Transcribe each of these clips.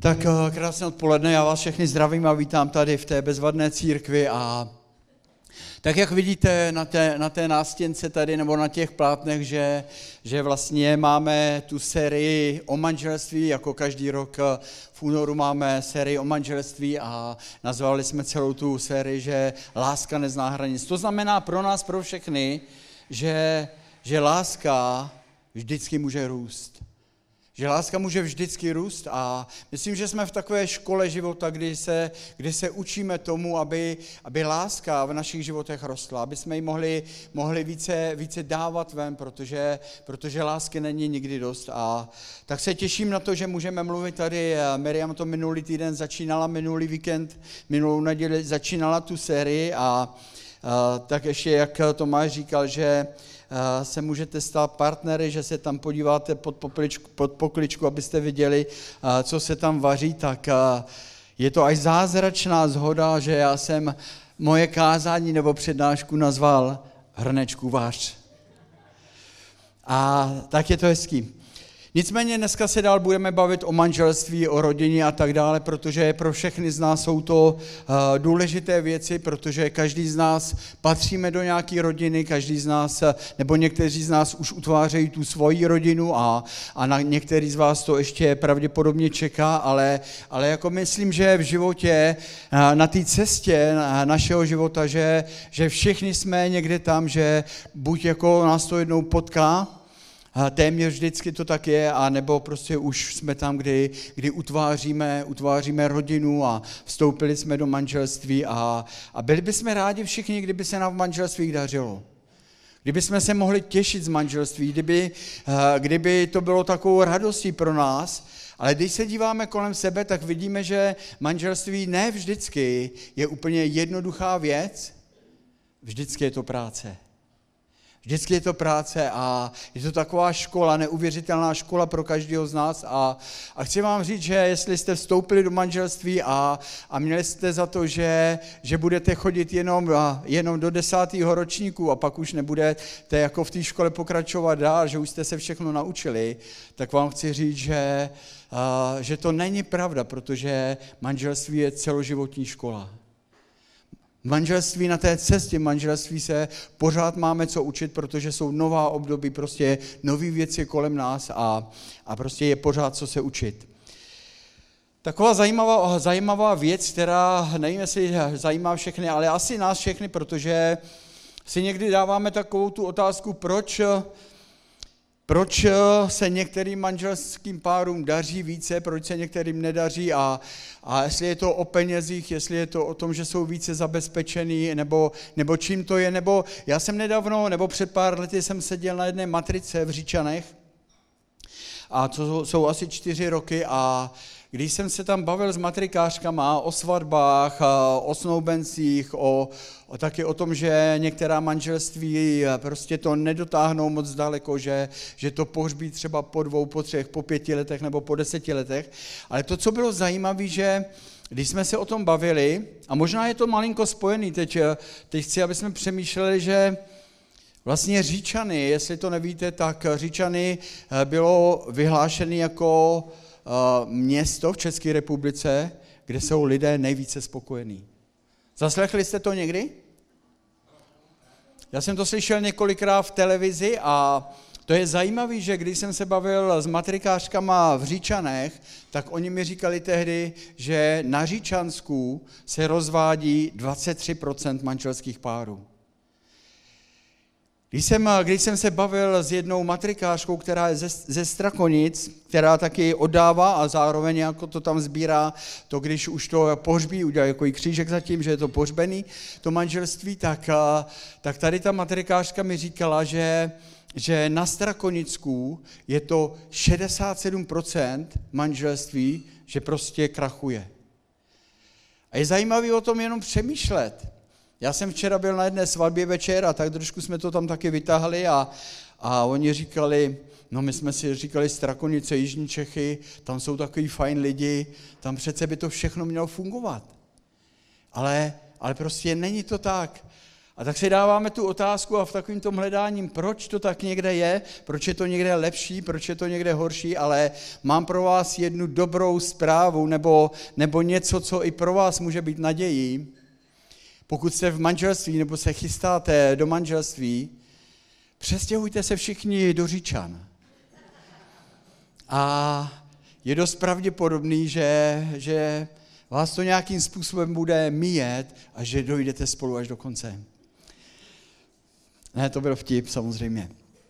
Tak krásné odpoledne, já vás všechny zdravím a vítám tady v té bezvadné církvi a tak jak vidíte na té nástěnce tady nebo na těch plátnech, že vlastně máme tu sérii o manželství, jako každý rok v únoru máme sérii o manželství a nazvali jsme celou tu sérii, že láska nezná hranic. To znamená pro nás, pro všechny, že láska vždycky může růst. Že láska může vždycky růst a myslím, že jsme v takové škole života, kdy se učíme tomu, aby láska v našich životech rostla, aby jsme ji mohli více dávat ven, protože lásky není nikdy dost. A tak se těším na to, že můžeme mluvit tady. Miriam to minulý týden začínala, minulý víkend, minulou neděli začínala tu sérii a tak ještě, jak Tomáš říkal, že se můžete stát partnery, že se tam podíváte pod pokličku, abyste viděli, co se tam vaří, tak je to až zázračná shoda, že já jsem moje kázání nebo přednášku nazval Hrnečku vař. A tak je to hezký. Nicméně dneska se dál budeme bavit o manželství, o rodině a tak dále, protože pro všechny z nás jsou to důležité věci, protože každý z nás patříme do nějaké rodiny, každý z nás, nebo někteří z nás už utvářejí tu svoji rodinu a na některý z vás to ještě pravděpodobně čeká, ale jako myslím, že v životě, na té cestě našeho života, že všichni jsme někde tam, že buď jako nás to jednou potká, téměř vždycky to tak je, a nebo prostě už jsme tam, kdy utváříme rodinu a vstoupili jsme do manželství a byli bychom rádi všichni, kdyby se nám v manželství dařilo. Kdyby jsme se mohli těšit z manželství, kdyby to bylo takovou radostí pro nás, ale když se díváme kolem sebe, tak vidíme, že manželství ne vždycky je úplně jednoduchá věc, vždycky je to práce. Vždycky je to práce a je to taková škola, neuvěřitelná škola pro každého z nás a chci vám říct, že jestli jste vstoupili do manželství a měli jste za to, že budete chodit jenom do 10. ročníku a pak už nebudete jako v té škole pokračovat dál, že už jste se všechno naučili, tak vám chci říct, že to není pravda, protože manželství je celoživotní škola. Manželství na té cestě, manželství se pořád máme co učit, protože jsou nová období, prostě nový věci kolem nás a prostě je pořád co se učit. Taková zajímavá věc, která nevím, jestli zajímá všechny, ale asi nás všechny, protože si někdy dáváme takovou tu otázku, proč se některým manželským párům daří více, proč se některým nedaří a jestli je to o penězích, jestli je to o tom, že jsou více zabezpečený, nebo čím to je, nebo já jsem nedávno, nebo před pár lety jsem seděl na jedné matrice v Říčanech a to jsou asi 4 roky a když jsem se tam bavil s matrikářkama o svatbách, o snoubencích, taky o tom, že některá manželství prostě to nedotáhnou moc daleko, že to pohřbí třeba po 2, po 3, po 5 letech nebo po 10 letech. Ale to, co bylo zajímavé, že když jsme se o tom bavili, a možná je to malinko spojený, teď chci, aby jsme přemýšleli, že vlastně Říčany, jestli to nevíte, tak Říčany bylo vyhlášený jako město v České republice, kde jsou lidé nejvíce spokojení. Zaslechli jste to někdy? Já jsem to slyšel několikrát v televizi a to je zajímavé, že když jsem se bavil s matrikářkama v Říčanech, tak oni mi říkali tehdy, že na Říčansku se rozvádí 23% manželských párů. Když jsem se bavil s jednou matrikářkou, která je ze Strakonic, která taky oddává a zároveň jako to tam sbírá, to když už to pohřbí, udělá jako křížek zatím, že je to pohřbený, to manželství, tak tady ta matrikářka mi říkala, že na Strakonicku je to 67% manželství, že prostě krachuje. A je zajímavé o tom jenom přemýšlet. Já jsem včera byl na jedné svatbě večer a tak trošku jsme to tam taky vytáhli a oni říkali, no my jsme si říkali Strakonice, Jižní Čechy, tam jsou takový fajn lidi, tam přece by to všechno mělo fungovat. Ale prostě není to tak. A tak si dáváme tu otázku a v takovým tom hledáním, proč to tak někde je, proč je to někde lepší, proč je to někde horší, ale mám pro vás jednu dobrou zprávu nebo něco, co i pro vás může být nadějí. Pokud jste v manželství nebo se chystáte do manželství, přestěhujte se všichni do Říčan. A je dost pravděpodobný, že vás to nějakým způsobem bude míjet a že dojdete spolu až do konce. Ne, to byl vtip, samozřejmě.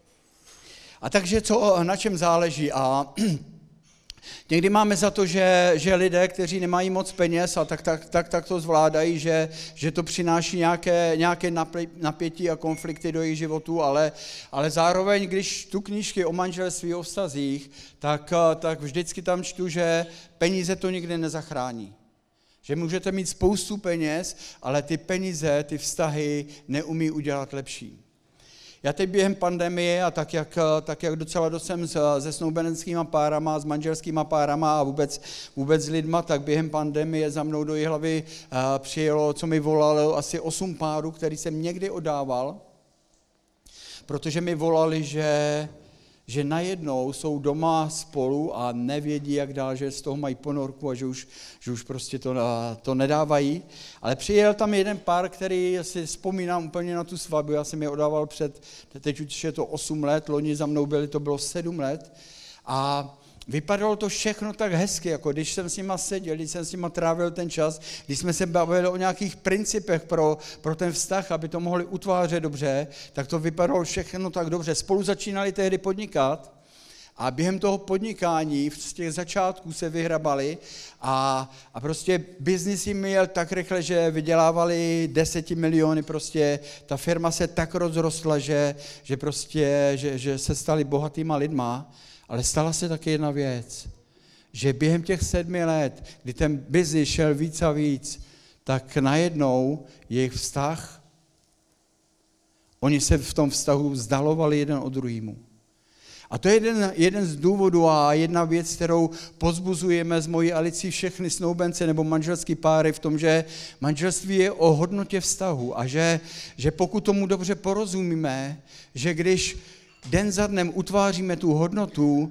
A takže na čem záleží? A někdy máme za to, že lidé, kteří nemají moc peněz, a tak to zvládají, že to přináší nějaké napětí a konflikty do jejich životů, ale zároveň, když tu knížky o manželství, o vztazích, tak vždycky tam čtu, že peníze to nikdy nezachrání. Že můžete mít spoustu peněz, ale ty peníze, ty vztahy neumí udělat lepší. Já teď během pandemie a tak jak docela dost jsem se snoubenskýma párama, s manželskýma párama a vůbec s lidma, tak během pandemie za mnou do Jihlavy přijelo, co mi volalo, asi 8 párů, který jsem někdy oddával, protože mi volali, že najednou jsou doma spolu a nevědí, jak dál, že z toho mají ponorku a že už prostě to nedávají. Ale přijel tam jeden pár, který si vzpomínám úplně na tu svatbu, já jsem je oddával teď už je to 8 let, loni za mnou to bylo 7 let a vypadalo to všechno tak hezky, jako když jsem s nima seděl, když jsem s nima trávil ten čas, když jsme se bavili o nějakých principech pro ten vztah, aby to mohli utvářet dobře, tak to vypadalo všechno tak dobře. Spolu začínali tehdy podnikat a během toho podnikání z těch začátků se vyhrabali a prostě biznis jim jel tak rychle, že vydělávali 10 miliony, prostě ta firma se tak rozrostla, že se stali bohatýma lidma. Ale stala se taky jedna věc, že během těch 7 let, kdy ten biznis šel víc a víc, tak najednou jejich vztah, oni se v tom vztahu vzdalovali jeden od druhému. A to je jeden z důvodů a jedna věc, kterou pozbuzujeme z mojí Alicí všechny snoubence nebo manželský páry v tom, že manželství je o hodnotě vztahu a že pokud tomu dobře porozumíme, že když den za dnem utváříme tu hodnotu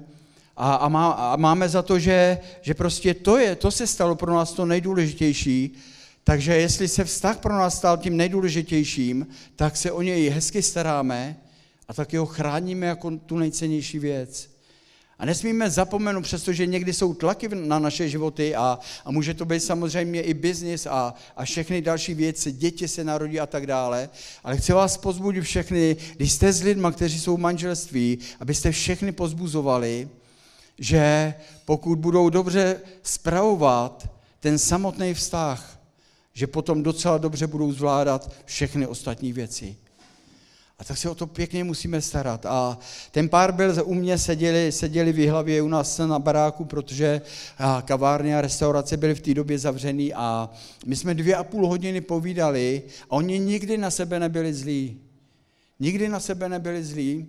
a máme za to, že prostě to se stalo pro nás to nejdůležitější, takže jestli se vztah pro nás stal tím nejdůležitějším, tak se o něj hezky staráme a taky ho chráníme jako tu nejcennější věc. A nesmíme zapomenout, přestože někdy jsou tlaky na naše životy a může to být samozřejmě i biznis a všechny další věci, děti se narodí a tak dále, ale chci vás pozbudit všechny, když jste s lidma, kteří jsou v manželství, abyste všechny pozbuzovali, že pokud budou dobře spravovat ten samotný vztah, že potom docela dobře budou zvládat všechny ostatní věci. A tak se o to pěkně musíme starat. A ten pár byl u mě, seděli v Jihlavě u nás na baráku, protože kavárny a restaurace byly v té době zavřený a my jsme 2,5 hodiny povídali a oni nikdy na sebe nebyli zlí. Nikdy na sebe nebyli zlí,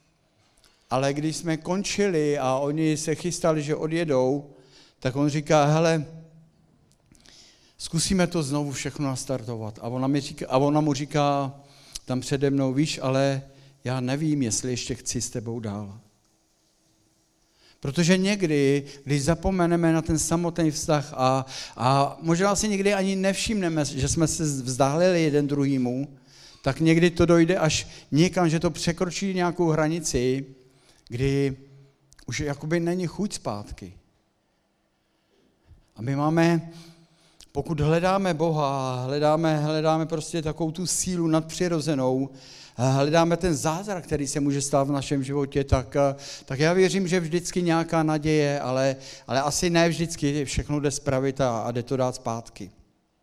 ale když jsme končili a oni se chystali, že odjedou, tak on říká, hele, zkusíme to znovu všechno nastartovat. A ona mu říká, tam přede mnou, víš, ale já nevím, jestli ještě chci s tebou dál. Protože někdy, když zapomeneme na ten samotný vztah a možná si někdy ani nevšimneme, že jsme se vzdálili jeden druhýmu, tak někdy to dojde až někam, že to překročí nějakou hranici, kdy už jakoby není chuť zpátky. A my máme, pokud hledáme Boha, hledáme prostě takovou tu sílu nadpřirozenou, hledáme ten zázrak, který se může stát v našem životě, tak já věřím, že vždycky nějaká naděje, ale asi ne vždycky všechno jde spravit a jde to dát zpátky.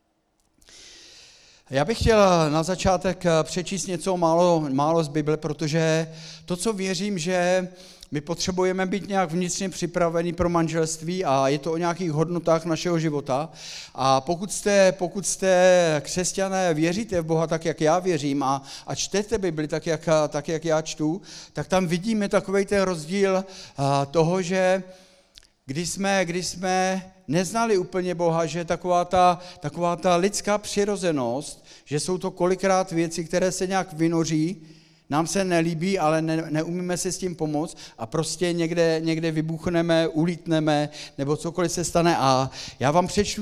Já bych chtěl na začátek přečíst něco málo z Bible, protože to, co věřím, že my potřebujeme být nějak vnitřně připraveni pro manželství a je to o nějakých hodnotách našeho života. A pokud jste křesťané, věříte v Boha tak, jak já věřím a čtete Bibli tak, jak já čtu, tak tam vidíme takovej ten rozdíl toho, že když jsme neznali úplně Boha, že taková ta lidská přirozenost, že jsou to kolikrát věci, které se nějak vynoří, nám se nelíbí, ale neumíme si s tím pomoct a prostě někde vybuchneme, ulítneme, nebo cokoliv se stane. A já vám přečtu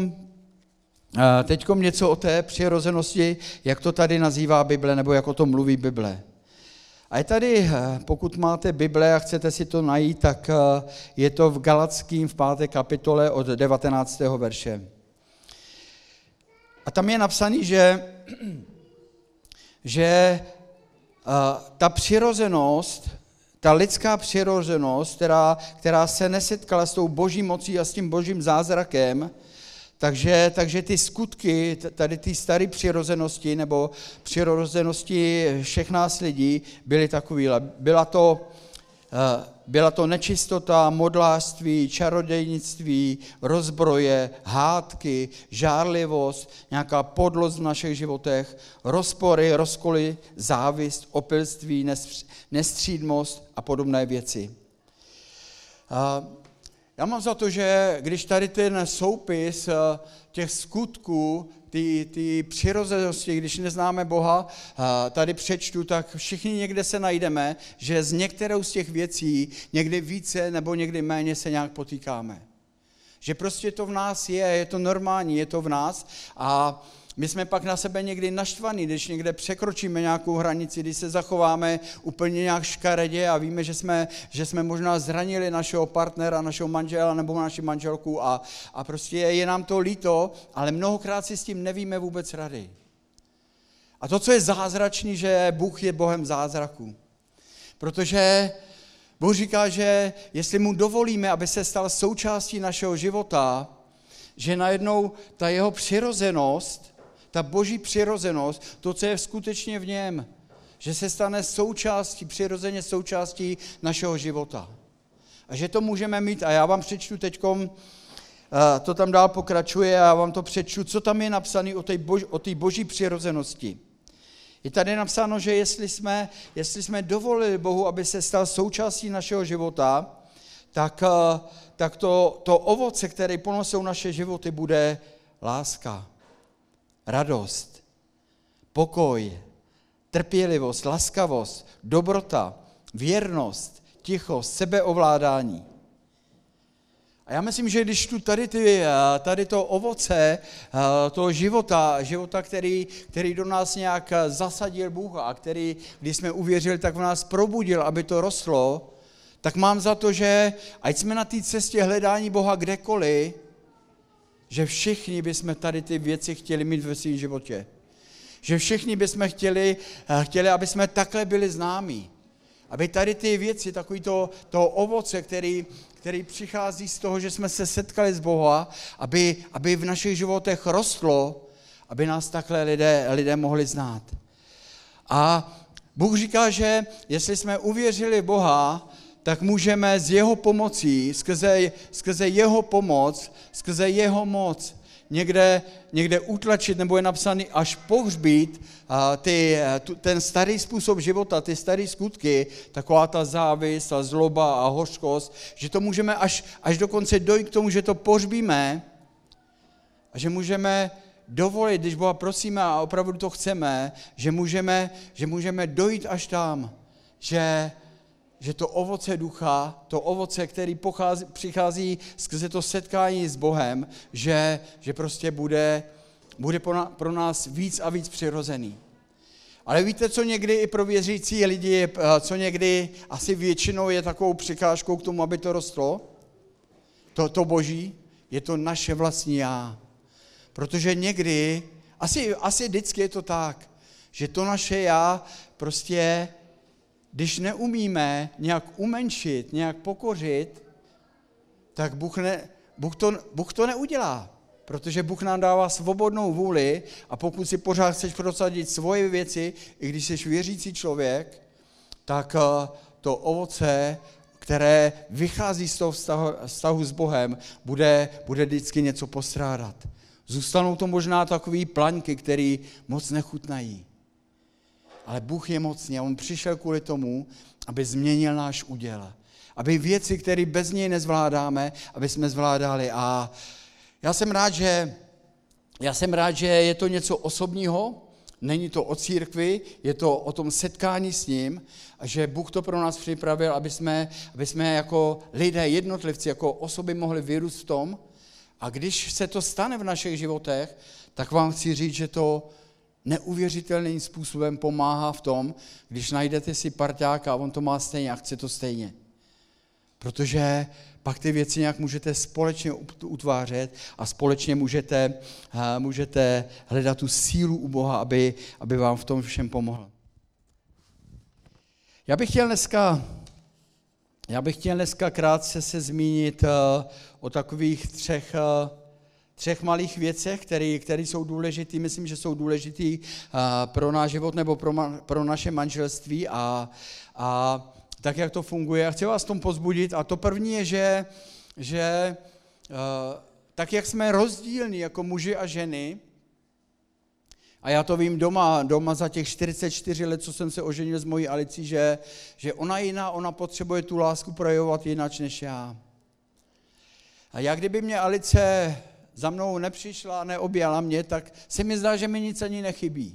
teďkom něco o té přirozenosti, jak to tady nazývá Bible, nebo jak o tom mluví Bible. A je tady, pokud máte Bible a chcete si to najít, tak je to v Galatským v 5. kapitole od 19. verše. A tam je napsaný, že ta přirozenost, ta lidská přirozenost, která se nesetkala s tou boží mocí a s tím božím zázrakem, takže ty skutky tady ty staré přirozenosti nebo přirozenosti všech nás lidí byly takovýhle. Byla to nečistota, modlářství, čarodějnictví, rozbroje, hádky, žárlivost, nějaká podlost v našich životech, rozpory, rozkoly, závist, opilství, nestřídmost a podobné věci. Já mám za to, že když tady ten soupis těch skutků, ty přirozenosti, když neznáme Boha, tady přečtu, tak všichni někde se najdeme, že z některou z těch věcí někdy více nebo někdy méně se nějak potýkáme. Že prostě to v nás je to normální, je to v nás a my jsme pak na sebe někdy naštvaní, když někde překročíme nějakou hranici, když se zachováme úplně nějak škaredě a víme, že jsme možná zranili našeho partnera, našeho manžela nebo naši manželku a prostě je nám to líto, ale mnohokrát si s tím nevíme vůbec rady. A to, co je zázračný, že Bůh je Bohem zázraků. Protože Bůh říká, že jestli mu dovolíme, aby se stal součástí našeho života, že najednou ta jeho přirozenost, ta boží přirozenost, to, co je skutečně v něm, že se stane přirozeně součástí našeho života. A že to můžeme mít, a já vám přečtu teďkom, to tam dál pokračuje a já vám to přečtu, co tam je napsané o té boží přirozenosti. Je tady napsáno, že jestli jsme dovolili Bohu, aby se stal součástí našeho života, tak to ovoce, které ponesou naše životy, bude láska, radost, pokoj, trpělivost, laskavost, dobrota, věrnost, tichost, sebeovládání. A já myslím, že když tu tady to ovoce toho života, který do nás nějak zasadil Bůh a který, když jsme uvěřili, tak v nás probudil, aby to rostlo, tak mám za to, že ať jsme na té cestě hledání Boha kdekoliv, že všichni bychom tady ty věci chtěli mít ve svém životě. Že všichni bychom chtěli, aby jsme takhle byli známí. Aby tady ty věci, takový to ovoce, který přichází z toho, že jsme se setkali s Boha, aby v našich životech rostlo, aby nás takhle lidé mohli znát. A Bůh říká, že jestli jsme uvěřili Boha, tak můžeme s jeho pomocí, skrze jeho pomoc, skrze jeho moc někde utlačit, nebo je napsaný až pohřbít ten starý způsob života, ty staré skutky, taková ta závist a zloba a hořkost, že to můžeme až dokonce dojít k tomu, že to pohřbíme a že můžeme dovolit, když Boha prosíme a opravdu to chceme, že můžeme dojít až tam, že to ovoce ducha, to ovoce, který přichází skrze to setkání s Bohem, že prostě bude pro nás víc a víc přirozený. Ale víte, co někdy i pro věřící lidi, co někdy asi většinou je takovou překážkou k tomu, aby to rostlo? To boží, je to naše vlastní já. Protože někdy, asi vždycky je to tak, že to naše já prostě, když neumíme nějak umenšit, nějak pokořit, tak Bůh to neudělá. Protože Bůh nám dává svobodnou vůli a pokud si pořád chceš prosadit svoje věci, i když jsi věřící člověk, tak to ovoce, které vychází z toho vztahu s Bohem, bude vždycky něco postrádat. Zůstanou to možná takové plaňky, které moc nechutnají. Ale Bůh je mocný a on přišel kvůli tomu, aby změnil náš úděl. aby věci, které bez něj nezvládáme, aby jsme zvládali. A já jsem rád, že je to něco osobního, není to o církvi, je to o tom setkání s ním a že Bůh to pro nás připravil, aby jsme jako lidé, jednotlivci, jako osoby mohli vyrůst v tom. A když se to stane v našich životech, tak vám chci říct, že to neuvěřitelným způsobem pomáhá v tom, když najdete si parťáka a on to má stejně a chce to stejně. Protože pak ty věci nějak můžete společně utvářet a společně můžete hledat tu sílu u Boha, aby vám v tom všem pomohl. Já bych chtěl dneska krátce se zmínit o takových třech malých věcech, které jsou důležité, myslím, že jsou důležité pro náš život nebo pro naše manželství a tak, jak to funguje. Já chci vás tom pozbudit a to první je, že tak, jak jsme rozdílní jako muži a ženy, a já to vím doma za těch 44 let, co jsem se oženil s mojí Alicí, že ona potřebuje tu lásku projevovat jinak než já. A já kdyby mě Alice za mnou nepřišla a neobjala mě, tak se mi zdá, že mi nic ani nechybí.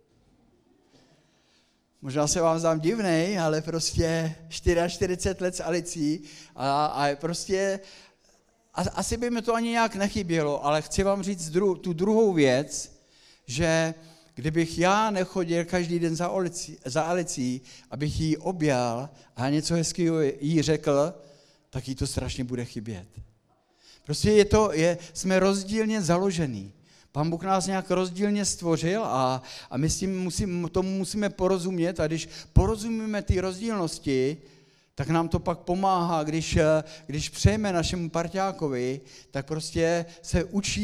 Možná se vám zdám divnej, ale prostě 44 let s Alicí a prostě asi by mi to ani nějak nechybělo, ale chci vám říct tu druhou věc, že kdybych já nechodil každý den za Alicí, abych jí objal a něco hezkého jí řekl, tak jí to strašně bude chybět. Prostě jsme rozdílně založení. Pán Bůh nás nějak rozdílně stvořil a my s tím tomu musíme porozumět a když porozumíme té rozdílnosti, tak nám to pak pomáhá, když přejeme našemu parťákovi, tak prostě se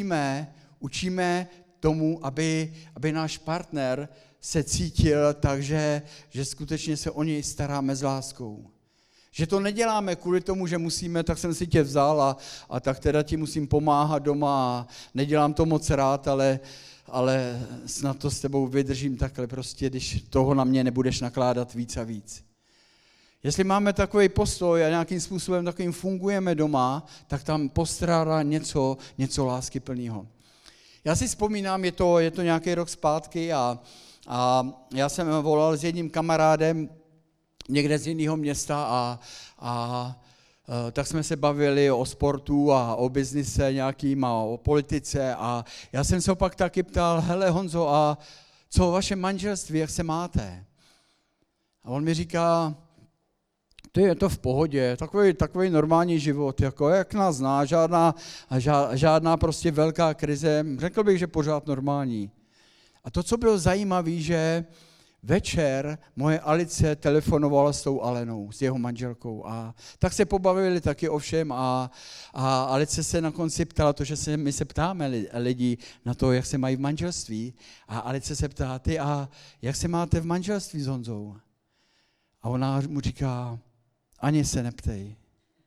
učíme tomu, aby náš partner se cítil tak, že skutečně se o něj staráme s láskou. Že to neděláme kvůli tomu, že musíme, tak jsem si tě vzal a tak teda ti musím pomáhat doma a nedělám to moc rád, ale snad to s tebou vydržím takhle prostě, když toho na mě nebudeš nakládat víc a víc. Jestli máme takový postoj a nějakým způsobem takovým fungujeme doma, tak tam postrádá něco láskyplného. Já si vzpomínám, je to nějaký rok zpátky a já jsem volal s jedním kamarádem někde z jiného města a tak jsme se bavili o sportu a o biznise nějakým a o politice a já jsem se ho pak taky ptal, hele Honzo, a co vaše manželství, jak se máte? A on mi říká, je to v pohodě, takový normální život, jako jak nás zná, žádná prostě velká krize, řekl bych, že pořád normální. A to, co bylo zajímavé, že večer moje Alice telefonovala s tou Alenou, s jeho manželkou a tak se pobavili taky o všem a Alice se na konci ptala, my se ptáme lidi na to, jak se mají v manželství a Alice se ptá, ty a jak se máte v manželství s Honzou? A ona mu říká, ani se neptej.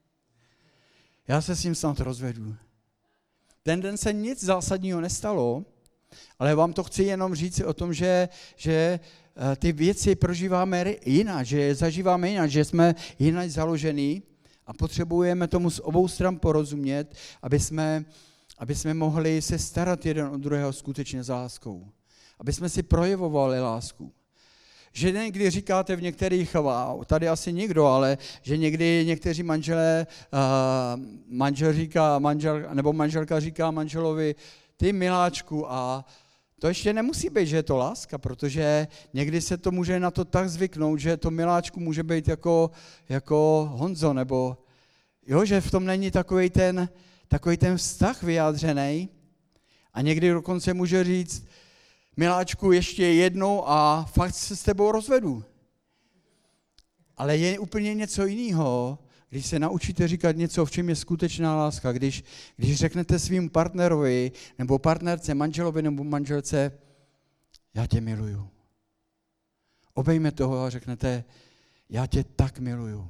Já se s ním snad rozvedu. Ten den se nic zásadního nestalo, ale vám to chci jenom říct o tom, že ty věci prožíváme jinak, že je zažíváme jinak, že jsme jinak založení a potřebujeme tomu z obou stran porozumět, aby jsme mohli se starat jeden o druhého skutečně s láskou. Aby jsme si projevovali lásku. Že někdy říkáte v některých, tady asi nikdo, ale že někdy někteří manželka říká manželovi, ty miláčku, a to ještě nemusí být, že je to láska, protože někdy se to může na to tak zvyknout, že to miláčku může být jako Honzo, nebo že v tom není takový ten vztah vyjádřený a někdy dokonce může říct, miláčku, ještě jednou a fakt se s tebou rozvedu. Ale je úplně něco jiného, když se naučíte říkat něco, v čem je skutečná láska, když řeknete svým partnerovi nebo partnerce, manželovi nebo manželce, já tě miluju. Obejme toho a řeknete, já tě tak miluju.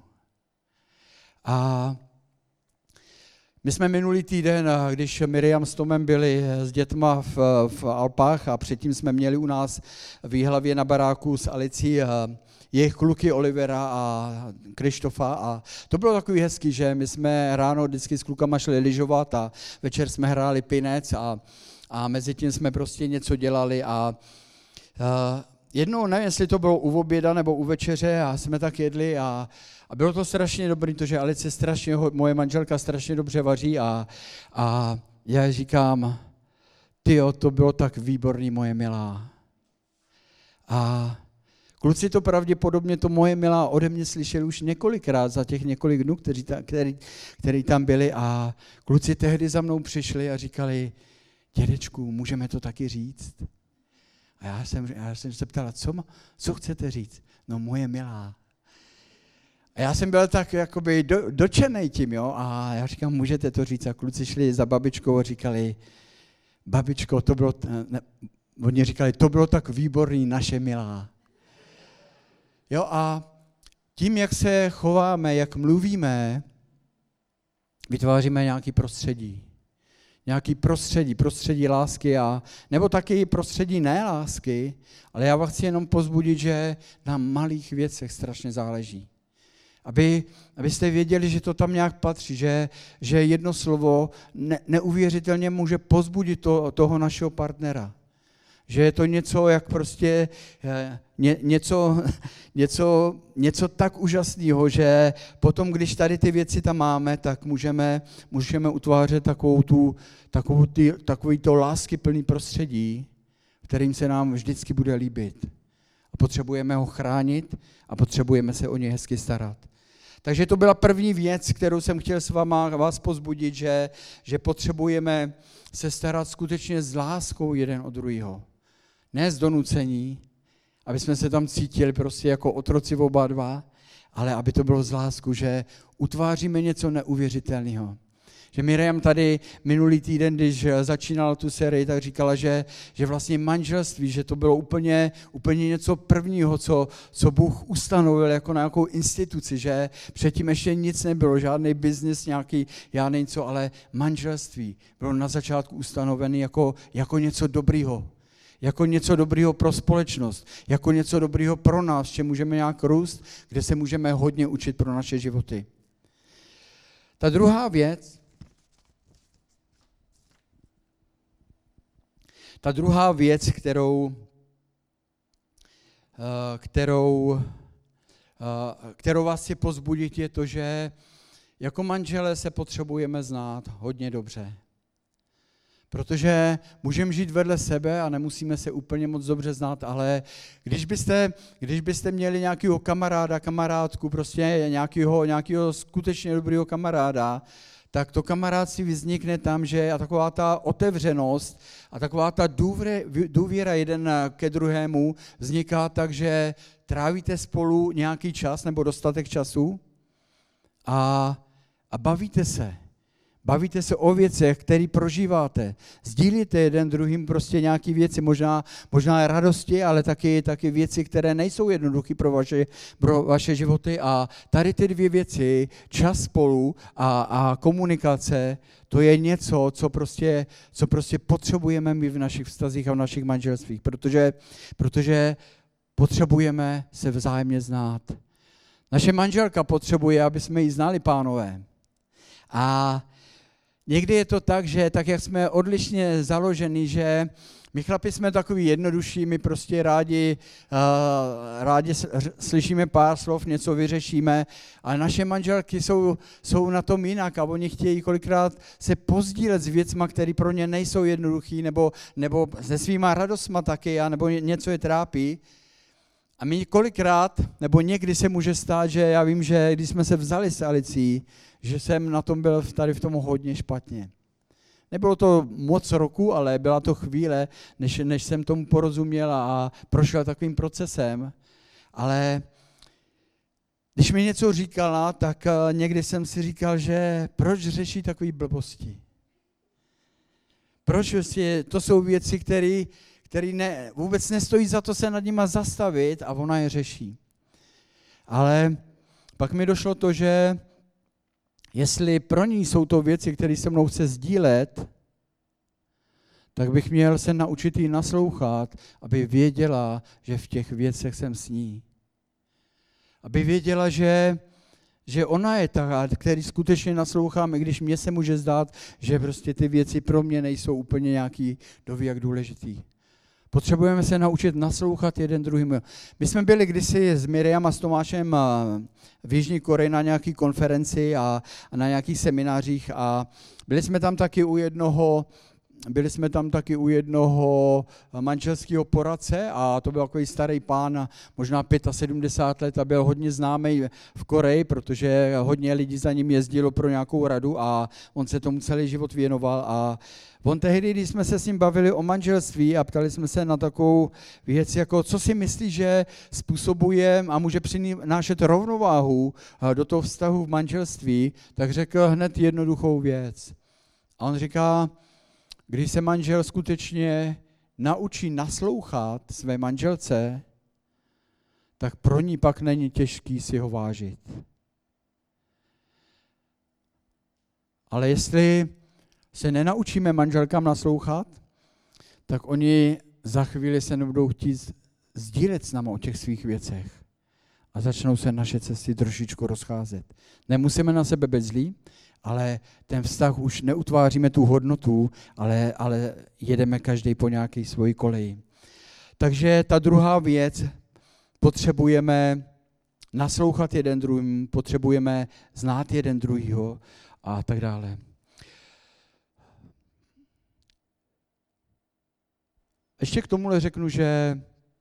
A my jsme minulý týden, když Miriam s Tomem byli s dětma v Alpách a předtím jsme měli u nás v Jihlavě na baráku s Alicí jejich kluky Olivera a Krištofa a to bylo takový hezký, že my jsme ráno vždycky s klukama šli lyžovat a večer jsme hráli pinec a mezi tím jsme prostě něco dělali a jednou, nevím, jestli to bylo u oběda nebo u večeře a jsme tak jedli a bylo to strašně dobrý, protože Alice moje manželka strašně dobře vaří a já říkám, tyjo, to bylo tak výborný, moje milá. A kluci to pravděpodobně, to moje milá, ode mě slyšeli už několikrát za těch několik dnů, který tam byli a kluci tehdy za mnou přišli a říkali, dědečku, můžeme to taky říct? A já jsem se ptala, co chcete říct? No moje milá. A já jsem byl tak jakoby dočenej tím, jo, a já říkám, můžete to říct? A kluci šli za babičkou a říkali, babičko, oni říkali, to bylo tak výborný, naše milá. Jo, a tím, jak se chováme, jak mluvíme, vytváříme nějaký prostředí. Nějaký prostředí lásky nebo taky prostředí nelásky, ale já vás chci jenom povzbudit, že na malých věcech strašně záleží. Abyste věděli, že to tam nějak patří, že jedno slovo neuvěřitelně může povzbudit toho našeho partnera. Že je to něco, jak prostě něco tak úžasného, že potom, když tady ty věci tam máme, tak můžeme utvářet takový to láskyplný prostředí, kterým se nám vždycky bude líbit. A potřebujeme ho chránit a potřebujeme se o něj hezky starat. Takže to byla první věc, kterou jsem chtěl vás pozbudit, že potřebujeme se starat skutečně s láskou jeden od druhého. Ne z donucení, aby jsme se tam cítili prostě jako otroci oba dva, ale aby to bylo z lásku, že utváříme něco neuvěřitelného. Že Miriam tady minulý týden, když začínala tu sérii, tak říkala, že vlastně manželství, že to bylo úplně něco prvního, co Bůh ustanovil jako na nějakou instituci, že předtím ještě nic nebylo, žádný biznis, nějaký, já nevím co, ale manželství bylo na začátku ustanovené jako něco dobrýho. Jako něco dobrýho pro společnost, jako něco dobrýho pro nás, že můžeme nějak růst, kde se můžeme hodně učit pro naše životy. Ta druhá věc, kterou vás chci povzbudit, je to, že jako manželé se potřebujeme znát hodně dobře. Protože můžeme žít vedle sebe a nemusíme se úplně moc dobře znát, ale když byste měli nějakého kamarádku, prostě nějakého skutečně dobrého kamaráda, tak to kamarádství vznikne tam, že a taková ta otevřenost a taková ta důvěra jeden ke druhému vzniká tak, že trávíte spolu nějaký čas nebo dostatek času a bavíte se. Bavíte se o věcech, které prožíváte. Sdílíte jeden druhým prostě nějaké věci, možná radosti, ale taky věci, které nejsou jednoduché pro vaše životy. A tady ty dvě věci, čas spolu a komunikace, to je něco, co prostě potřebujeme my v našich vztazích a v našich manželstvích, protože potřebujeme se vzájemně znát. Naše manželka potřebuje, aby jsme ji znali, pánové. A někdy je to tak, že tak, jak jsme odlišně založeni, že my chlapi jsme takový jednodušší, my prostě rádi slyšíme pár slov, něco vyřešíme, ale naše manželky jsou na tom jinak a oni chtějí kolikrát se pozdílet s věcma, které pro ně nejsou jednoduchý, nebo se svýma radostma taky, nebo něco je trápí. A my kolikrát, nebo někdy se může stát, že já vím, že když jsme se vzali s Alicí, že jsem na tom byl tady v tom hodně špatně. Nebylo to moc roku, ale byla to chvíle, než jsem tomu porozuměl a prošel takovým procesem. Ale když mi něco říkala, tak někdy jsem si říkal, že proč řeší takové blbosti? Proč to jsou věci, které vůbec nestojí za to se nad nima zastavit a ona je řeší. Ale pak mi došlo to, že jestli pro ní jsou to věci, které se mnou chce sdílet, tak bych měl se naučit jí naslouchat, aby věděla, že v těch věcech jsem s ní. Aby věděla, že ona je ta, který skutečně naslouchám, i když mně se může zdát, že prostě ty věci pro mě nejsou úplně nějaký dověk důležitý. Potřebujeme se naučit naslouchat jeden druhému. My jsme byli kdysi s Miriam a s Tomášem v Jižní Koreji na nějaké konferenci a na nějakých seminářích a byli jsme tam taky u jednoho manželského poradce a to byl takový starý pán, možná 75 let a byl hodně známý v Koreji, protože hodně lidí za ním jezdilo pro nějakou radu a on se tomu celý život věnoval a on tehdy, když jsme se s ním bavili o manželství a ptali jsme se na takovou věc, jako co si myslí, že způsobuje a může přinášet rovnováhu do toho vztahu v manželství, tak řekl hned jednoduchou věc. A on říká, když se manžel skutečně naučí naslouchat své manželce, tak pro ní pak není těžký si ho vážit. Ale jestli se nenaučíme manželkám naslouchat, tak oni za chvíli se nebudou chtít sdílet s námi o těch svých věcech. A začnou se naše cesty trošičku rozcházet. Nemusíme na sebe být zlí, ale ten vztah už neutváříme tu hodnotu, ale jedeme každý po nějaké svoji koleji. Takže ta druhá věc, potřebujeme naslouchat jeden druhému, potřebujeme znát jeden druhýho a tak dále. Ještě k tomuhle řeknu, že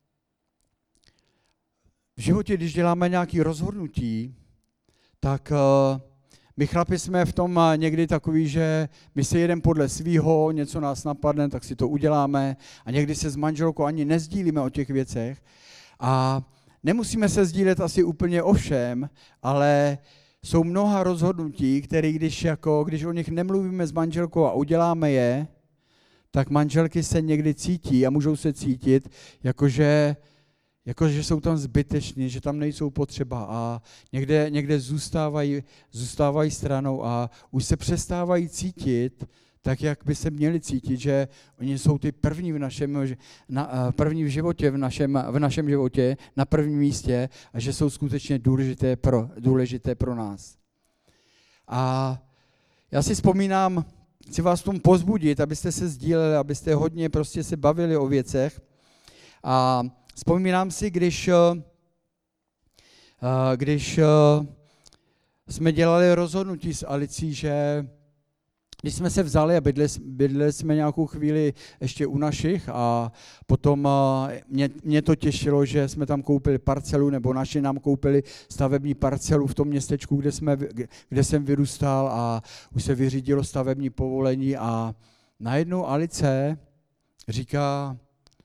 v životě, když děláme nějaké rozhodnutí, tak my chlapi jsme v tom někdy takový, že my se jedeme podle svýho, něco nás napadne, tak si to uděláme a někdy se s manželkou ani nezdílíme o těch věcech a nemusíme se sdílet asi úplně o všem, ale jsou mnoha rozhodnutí, které když o nich nemluvíme s manželkou a uděláme je, tak manželky se někdy cítí a můžou se cítit, jakože jsou tam zbyteční, že tam nejsou potřeba a někde zůstávají stranou a už se přestávají cítit tak, jak by se měli cítit, že oni jsou ty první v životě, v našem životě, na prvním místě a že jsou skutečně důležité pro nás. A já si vzpomínám, chci vás v tom pozbudit, abyste se sdíleli, abyste hodně prostě se bavili o věcech. A vzpomínám si, když jsme dělali rozhodnutí s Alicí, že když jsme se vzali a bydleli jsme nějakou chvíli ještě u našich a potom mě to těšilo, že jsme tam koupili parcelu, nebo naši nám koupili stavební parcelu v tom městečku, kde jsem vyrůstal a už se vyřídilo stavební povolení a najednou Alice říká,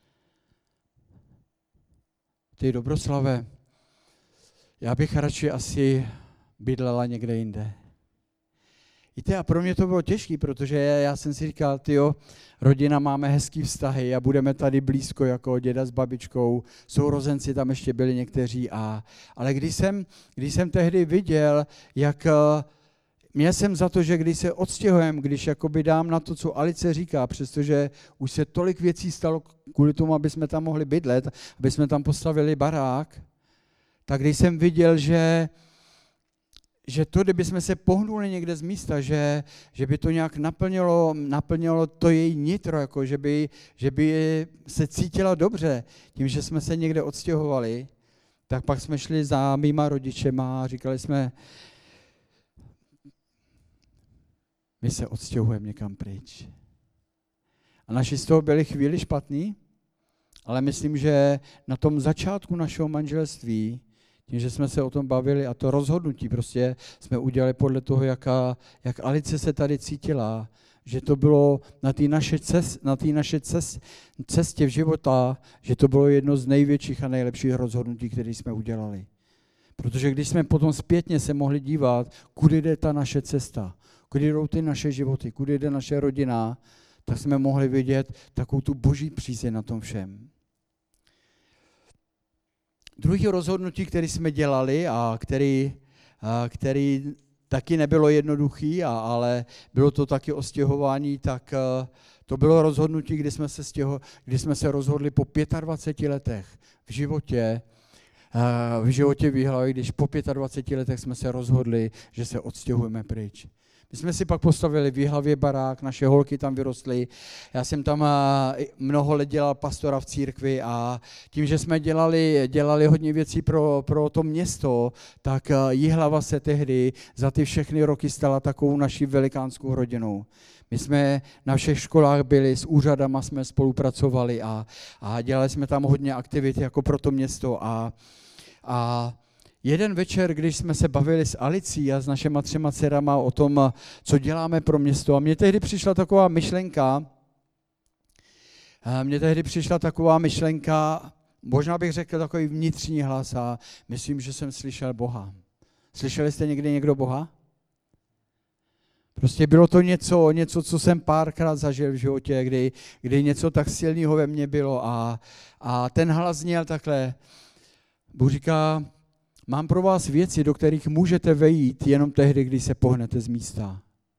ty Dobroslave, já bych radši asi bydlela někde jinde. Víte, a pro mě to bylo těžké, protože já jsem si říkal, rodina, máme hezký vztahy a budeme tady blízko jako děda s babičkou, sourozenci tam ještě byli někteří, ale když jsem tehdy viděl, měl jsem za to, že když se odstěhujeme, když jakoby dám na to, co Alice říká, přestože už se tolik věcí stalo kvůli tomu, aby jsme tam mohli bydlet, aby jsme tam postavili barák, tak když jsem viděl, že kdyby jsme se pohnuli někde z místa, že by to nějak naplnilo to její nitro, jako že by se cítila dobře tím, že jsme se někde odstěhovali, tak pak jsme šli za mýma rodičema a říkali jsme, my se odstěhujeme někam pryč. A naši z toho byli chvíli špatný, ale myslím, že na tom začátku našeho manželství, tím, že jsme se o tom bavili a to rozhodnutí prostě jsme udělali podle toho, jak Alice se tady cítila, že to bylo na té naše cestě v života, že to bylo jedno z největších a nejlepších rozhodnutí, které jsme udělali. Protože když jsme potom zpětně se mohli dívat, kudy jde ta naše cesta, kudy jdou ty naše životy, kudy jde naše rodina, tak jsme mohli vidět takovou tu boží přízeň na tom všem. Druhý rozhodnutí, který jsme dělali a který taky nebylo jednoduchý, ale bylo to taky o stěhování, tak to bylo rozhodnutí, kdy jsme se rozhodli po 25 letech v životě v životě v Jihlavě, když po 25 letech jsme se rozhodli, že se odstěhujeme pryč. My jsme si pak postavili v Jihlavě barák, naše holky tam vyrostly. Já jsem tam mnoho let dělal pastora v církvi a tím, že jsme dělali hodně věcí pro to město, tak Jihlava se tehdy za ty všechny roky stala takovou naší velikánskou rodinou. My jsme na všech školách byli, s úřadama jsme spolupracovali a dělali jsme tam hodně aktivit jako pro to město a jeden večer, když jsme se bavili s Alicí a s našima 3 dcerama o tom, co děláme pro město, a mně tehdy přišla taková myšlenka, možná bych řekl takový vnitřní hlas a myslím, že jsem slyšel Boha. Slyšeli jste někdy někdo Boha? Prostě bylo to něco, co jsem párkrát zažil v životě, kdy něco tak silného ve mně bylo a ten hlas zněl takhle. Bůh říká, mám pro vás věci, do kterých můžete vejít jenom tehdy, když se pohnete z místa.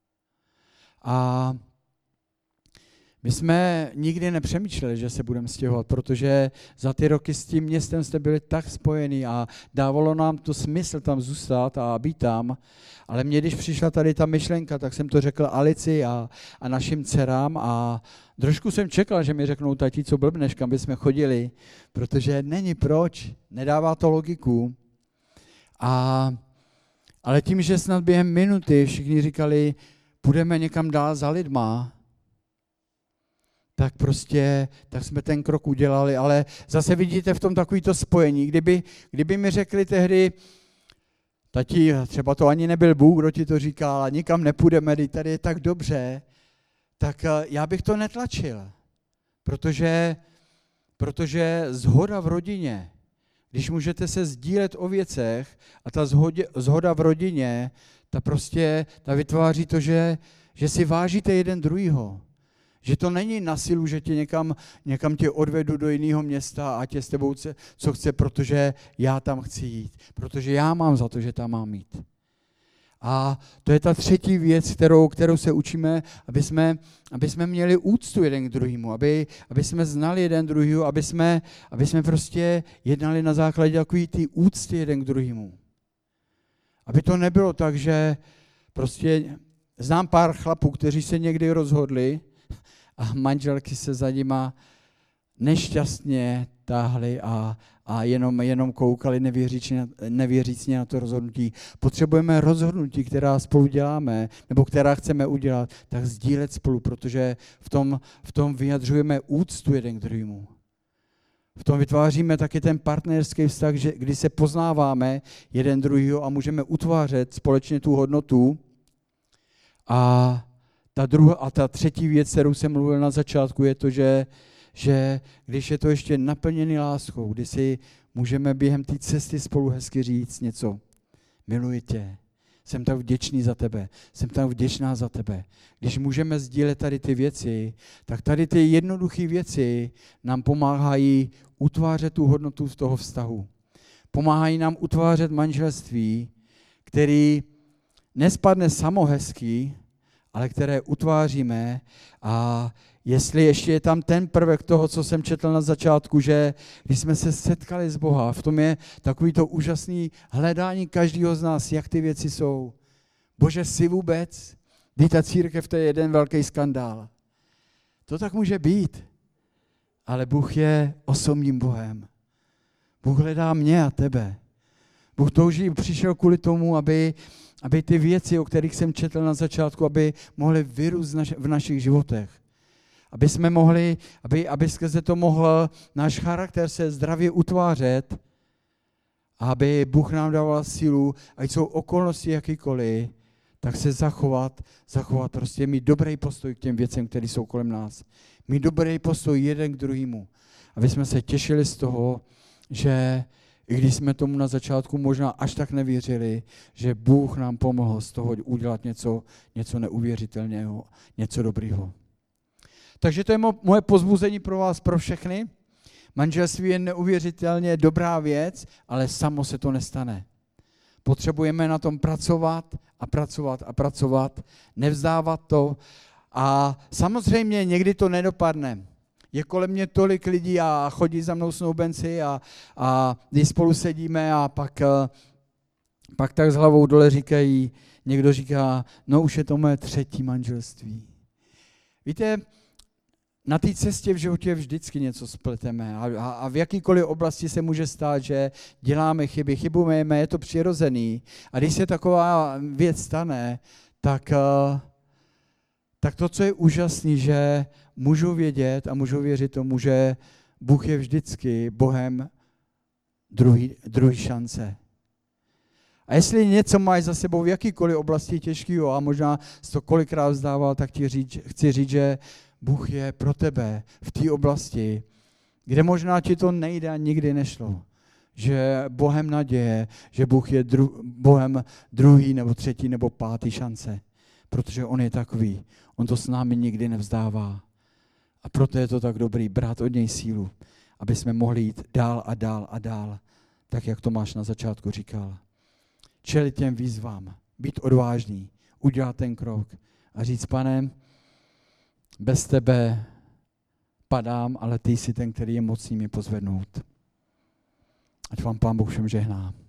A my jsme nikdy nepřemýšleli, že se budeme stěhovat, protože za ty roky s tím městem jste byli tak spojení a dávalo nám to smysl tam zůstat a být tam. Ale mně, když přišla tady ta myšlenka, tak jsem to řekl Alici a našim dcerám a trošku jsem čekal, že mi řeknou, tati, co blbneš, kam bychom chodili, protože není proč, nedává to logiku. Ale tím, že snad během minuty všichni říkali, půjdeme někam dál za lidma, tak jsme ten krok udělali, ale zase vidíte v tom takovýto spojení. Kdyby mi řekli tehdy, tati, třeba to ani nebyl Bůh, kdo ti to říkal, a nikam nepůjdeme, tady je tak dobře, tak já bych to netlačil, protože shoda v rodině, když můžete se sdílet o věcech a ta shoda v rodině, ta vytváří to, že si vážíte jeden druhýho. Že to není na silu, že tě někam tě odvedu do jiného města a tě s tebou co chce, protože já tam chci jít. Protože já mám za to, že tam mám jít. A to je ta třetí věc, kterou se učíme, aby jsme měli úctu jeden k druhému, aby jsme znali jeden druhýho, aby jsme prostě jednali na základě takový ty úcty jeden k druhému. Aby to nebylo tak, že prostě znám pár chlapů, kteří se někdy rozhodli a manželky se za nima nešťastně táhly a jenom koukali nevěřícně na to rozhodnutí. Potřebujeme rozhodnutí, která spolu děláme, nebo která chceme udělat, tak sdílet spolu, protože v tom vyjadřujeme úctu jeden k druhému. V tom vytváříme taky ten partnerský vztah, kdy se poznáváme jeden druhýho a můžeme utvářet společně tu hodnotu. A ta třetí věc, kterou jsem mluvil na začátku, je to, že když je to ještě naplněný láskou, kdy si můžeme během té cesty spolu hezky říct něco. Miluji tě, jsem tak vděčný za tebe, jsem tak vděčná za tebe. Když můžeme sdílet tady ty věci, tak tady ty jednoduché věci nám pomáhají utvářet tu hodnotu z toho vztahu. Pomáhají nám utvářet manželství, který nespadne samo hezký, ale které utváříme a jestli ještě je tam ten prvek toho, co jsem četl na začátku, že když jsme se setkali s Boha, v tom je takový to úžasný hledání každého z nás, jak ty věci jsou. Bože, jsi vůbec? Kdy ta církev, to je jeden velký skandál. To tak může být, ale Bůh je osobním Bohem. Bůh hledá mě a tebe. Bůh přišel kvůli tomu, aby ty věci, o kterých jsem četl na začátku, aby mohly vyrůst v našich životech. Aby jsme mohli, aby skrze to mohl náš charakter se zdravě utvářet, aby Bůh nám dával sílu, ať jsou okolnosti jakýkoliv, tak se zachovat, prostě mít dobrý postoj k těm věcem, které jsou kolem nás. Mít dobrý postoj jeden k druhému. Aby jsme se těšili z toho, že i když jsme tomu na začátku možná až tak nevěřili, že Bůh nám pomohl z toho udělat něco neuvěřitelného, něco dobrýho. Takže to je moje povzbuzení pro vás, pro všechny. Manželství je neuvěřitelně dobrá věc, ale samo se to nestane. Potřebujeme na tom pracovat a pracovat a pracovat, nevzdávat to a samozřejmě někdy to nedopadne. Je kolem mě tolik lidí a chodí za mnou snoubenci a když spolu sedíme a pak tak s hlavou dole říkají, někdo říká, no už je to moje 3. manželství. Víte, na té cestě v životě vždycky něco spleteme a v jakýkoliv oblasti se může stát, že děláme chyby, chybujeme, je to přirozený. A když se taková věc stane, tak to, co je úžasný, že můžu vědět a můžu věřit tomu, že Bůh je vždycky Bohem druhý šance. A jestli něco máš za sebou v jakýkoliv oblasti těžkého a možná jsi to kolikrát vzdával, tak chci říct, že Bůh je pro tebe v té oblasti, kde možná ti to nejde a nikdy nešlo. Že Bohem naděje, že Bůh je Bohem 2. nebo 3. nebo 5. šance. Protože on je takový. On to s námi nikdy nevzdává. A proto je to tak dobrý brát od něj sílu, aby jsme mohli jít dál a dál a dál, tak jak Tomáš na začátku říkal. Čelit těm výzvám, být odvážný, udělat ten krok a říct, Pane, bez tebe padám, ale ty jsi ten, který je mocný mě pozvednout. Ať vám Pán Bůh všem žehná.